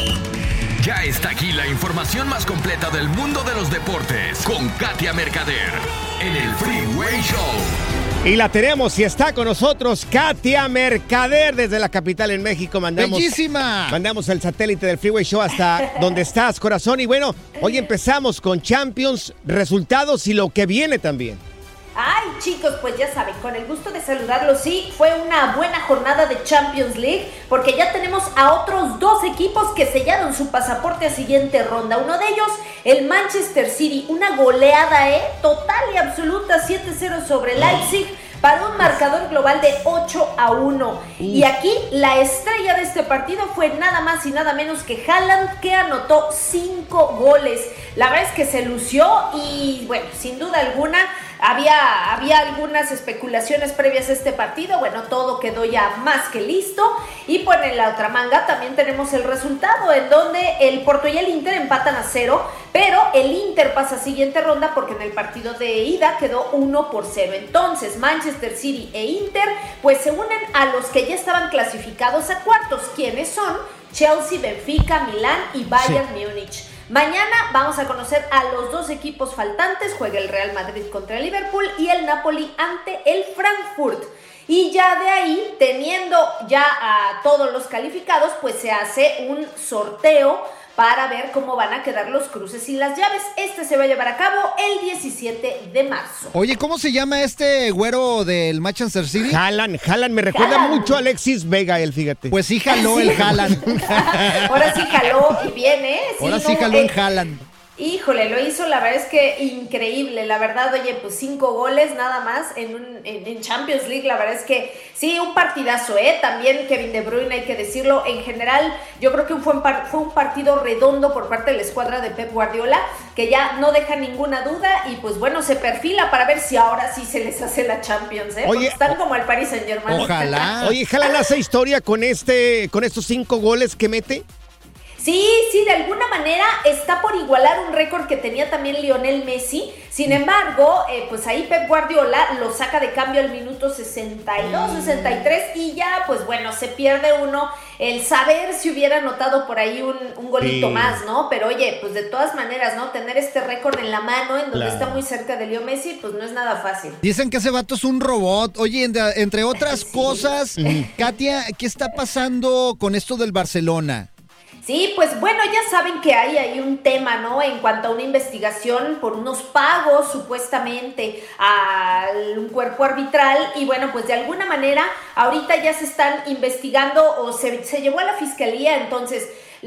Ya está aquí la información más completa del mundo de los deportes. Con Katia Mercader. En el Freeway Show. Y la tenemos y está con nosotros Katia Mercader desde la capital en México. Mandamos, ¡Bellísima! Mandamos el satélite del Freeway Show hasta donde estás, corazón. Y bueno, hoy empezamos con Champions, resultados y lo que viene también. Ay, chicos, pues ya saben, con el gusto de saludarlos, sí, fue una buena jornada de Champions League, porque ya tenemos a otros dos equipos que sellaron su pasaporte a siguiente ronda. Uno de ellos, el Manchester City, una goleada, ¿eh? Total y absoluta, siete cero sobre Leipzig, para un marcador global de ocho a uno. Y aquí la estrella de este partido fue nada más y nada menos que Haaland, que anotó cinco goles. La verdad es que se lució y, bueno, sin duda alguna, había, había algunas especulaciones previas a este partido. Bueno, todo quedó ya más que listo. Y pues en la otra manga también tenemos el resultado, en donde el Porto y el Inter empatan a cero, pero el Inter pasa a siguiente ronda porque en el partido de ida quedó uno por cero. Entonces Manchester City e Inter pues se unen a los que ya estaban clasificados a cuartos. ¿Quiénes son? Chelsea, Benfica, Milán y Bayern sí. Múnich. Mañana vamos a conocer a los dos equipos faltantes. Juega el Real Madrid contra el Liverpool y el Napoli ante el Frankfurt. Y ya de ahí, teniendo ya a todos los calificados, pues se hace un sorteo para ver cómo van a quedar los cruces y las llaves. Este se va a llevar a cabo el diecisiete de marzo. Oye, ¿cómo se llama este güero del Manchester City? Haaland, Haaland, me recuerda Haaland. mucho a Alexis Vega, él, fíjate. Pues sí jaló Sí. el Haaland. Ahora sí jaló y viene. Sí, Ahora sí no, jaló eh, el Haaland. Híjole, lo hizo, la verdad es que increíble, la verdad, oye, pues cinco goles nada más en, un, en, en Champions League, la verdad es que sí, un partidazo, ¿eh? También Kevin De Bruyne, hay que decirlo, en general, yo creo que fue un, par, fue un partido redondo por parte de la escuadra de Pep Guardiola, que ya no deja ninguna duda y pues bueno, se perfila para ver si ahora sí se les hace la Champions, ¿eh? Porque Oye, están como el Paris Saint-Germain. Ojalá. Oye, Haaland hace historia con este, con estos cinco goles que mete. Sí, sí, de alguna manera está por igualar un récord que tenía también Lionel Messi. Sin embargo, eh, pues ahí Pep Guardiola lo saca de cambio al minuto sesenta y dos, sesenta y tres y ya, pues bueno, se pierde uno el saber si hubiera anotado por ahí un, un golito Sí. más, ¿no? Pero oye, pues de todas maneras, ¿no? Tener este récord en la mano, en donde Claro. está muy cerca de Leo Messi, pues no es nada fácil. Dicen que ese vato es un robot. Oye, entre, entre otras cosas, Katia, ¿qué está pasando con esto del Barcelona? Sí, pues bueno, ya saben que hay ahí un tema, ¿no? En cuanto a una investigación por unos pagos supuestamente a un cuerpo arbitral y bueno, pues de alguna manera ahorita ya se están investigando o se, se llevó a la fiscalía, entonces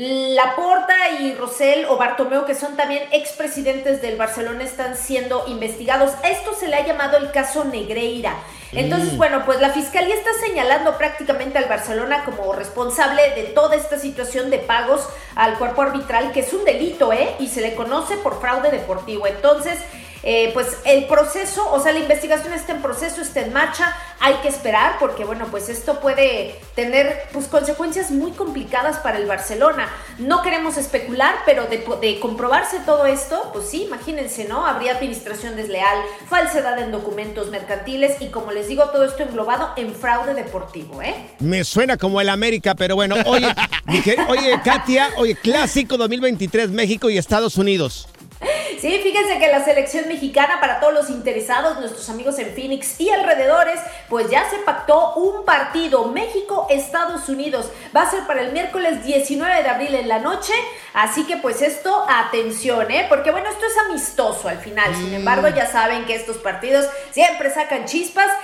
Laporta y Rosell o Bartomeu, que son también expresidentes del Barcelona, están siendo investigados. Esto se le ha llamado el caso Negreira. Entonces, Mm. bueno, pues la fiscalía está señalando prácticamente al Barcelona como responsable de toda esta situación de pagos al cuerpo arbitral, que es un delito, ¿eh? Y se le conoce por fraude deportivo. Entonces, eh, pues el proceso, o sea, la investigación está en proceso, está en marcha, hay que esperar porque, bueno, pues esto puede tener pues consecuencias muy complicadas para el Barcelona. No queremos especular, pero de, de comprobarse todo esto, pues sí, imagínense, ¿no? Habría administración desleal, falsedad en documentos mercantiles y, como les digo, todo esto englobado en fraude deportivo, ¿eh? Me suena como el América, pero bueno, oye, dije, oye, Katia, oye, clásico dos mil veintitrés, México y Estados Unidos. Sí, fíjense que la selección mexicana, para todos los interesados, nuestros amigos en Phoenix y alrededores, pues ya se pactó un partido México-Estados Unidos. Va a ser para el miércoles diecinueve de abril en la noche, así que pues esto, atención, ¿eh? Porque bueno, esto es amistoso al final, sin embargo ya saben que estos partidos siempre sacan chispas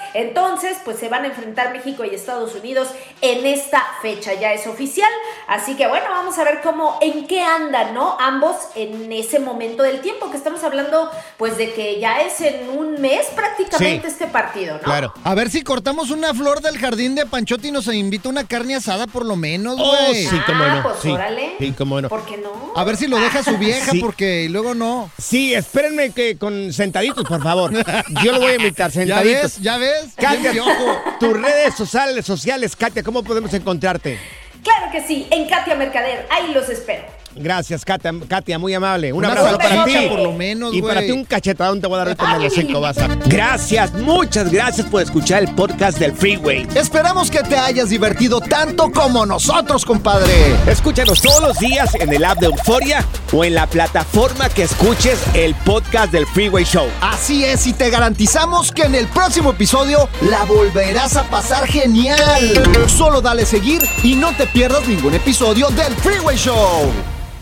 Entonces, pues se van a enfrentar México y Estados Unidos en esta fecha, ya es oficial. Así que bueno, vamos a ver cómo, en qué andan, ¿no? Ambos en ese momento del tiempo, que estamos hablando, pues de que ya es en un mes prácticamente sí. este partido, ¿no? Claro. A ver si cortamos una flor del jardín de Panchote y nos invita una carne asada por lo menos, güey. Oh, sí, cómo no. Ah, pues sí. órale. Sí, cómo no. ¿Por qué no? A ver si lo deja su vieja, sí. porque luego no. Sí, espérenme que con sentaditos, por favor. Yo lo voy a invitar, sentaditos. ¿Ya ves? ¿Ya ves? Katia, tus redes sociales, sociales, Katia, ¿cómo podemos encontrarte? Claro que sí, en Katia Mercader, ahí los espero. Gracias, Katia, Katia, muy amable. Un Una abrazo para ti. Por lo menos, y güey. para ti un cachetadón te voy a dar ahorita en los cinco vas a... Gracias, muchas gracias por escuchar el podcast del Freeway. Esperamos que te hayas divertido tanto como nosotros, compadre. Escúchanos todos los días en el app de Euforia o en la plataforma que escuches el podcast del Freeway Show. Así es, y te garantizamos que en el próximo episodio la volverás a pasar genial. Solo dale seguir y no te pierdas ningún episodio del Freeway Show.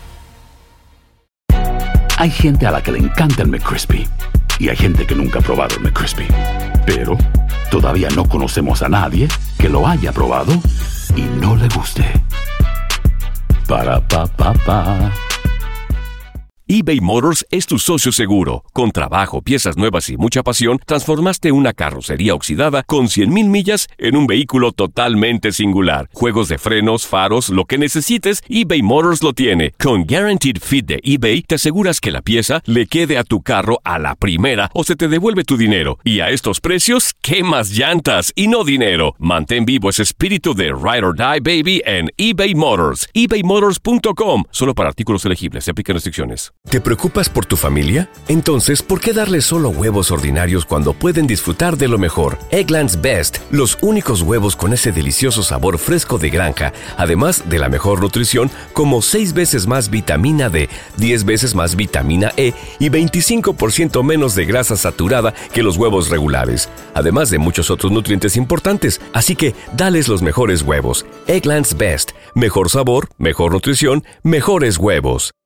Hay gente a la que le encanta el McCrispy y hay gente que nunca ha probado el McCrispy. Pero todavía no conocemos a nadie que lo haya probado y no le guste. Para pa pa pa. eBay Motors es tu socio seguro. Con trabajo, piezas nuevas y mucha pasión, transformaste una carrocería oxidada con cien mil millas en un vehículo totalmente singular. Juegos de frenos, faros, lo que necesites, eBay Motors lo tiene. Con Guaranteed Fit de eBay, te aseguras que la pieza le quede a tu carro a la primera o se te devuelve tu dinero. Y a estos precios, ¿qué más llantas y no dinero? Mantén vivo ese espíritu de Ride or Die, baby, en eBay Motors. ebay motors punto com. Solo para artículos elegibles. Se aplican restricciones. ¿Te preocupas por tu familia? Entonces, ¿por qué darles solo huevos ordinarios cuando pueden disfrutar de lo mejor? Eggland's Best, los únicos huevos con ese delicioso sabor fresco de granja, además de la mejor nutrición, como seis veces más vitamina D, diez veces más vitamina E y veinticinco por ciento menos de grasa saturada que los huevos regulares, además de muchos otros nutrientes importantes. Así que, dales los mejores huevos. Eggland's Best, mejor sabor, mejor nutrición, mejores huevos.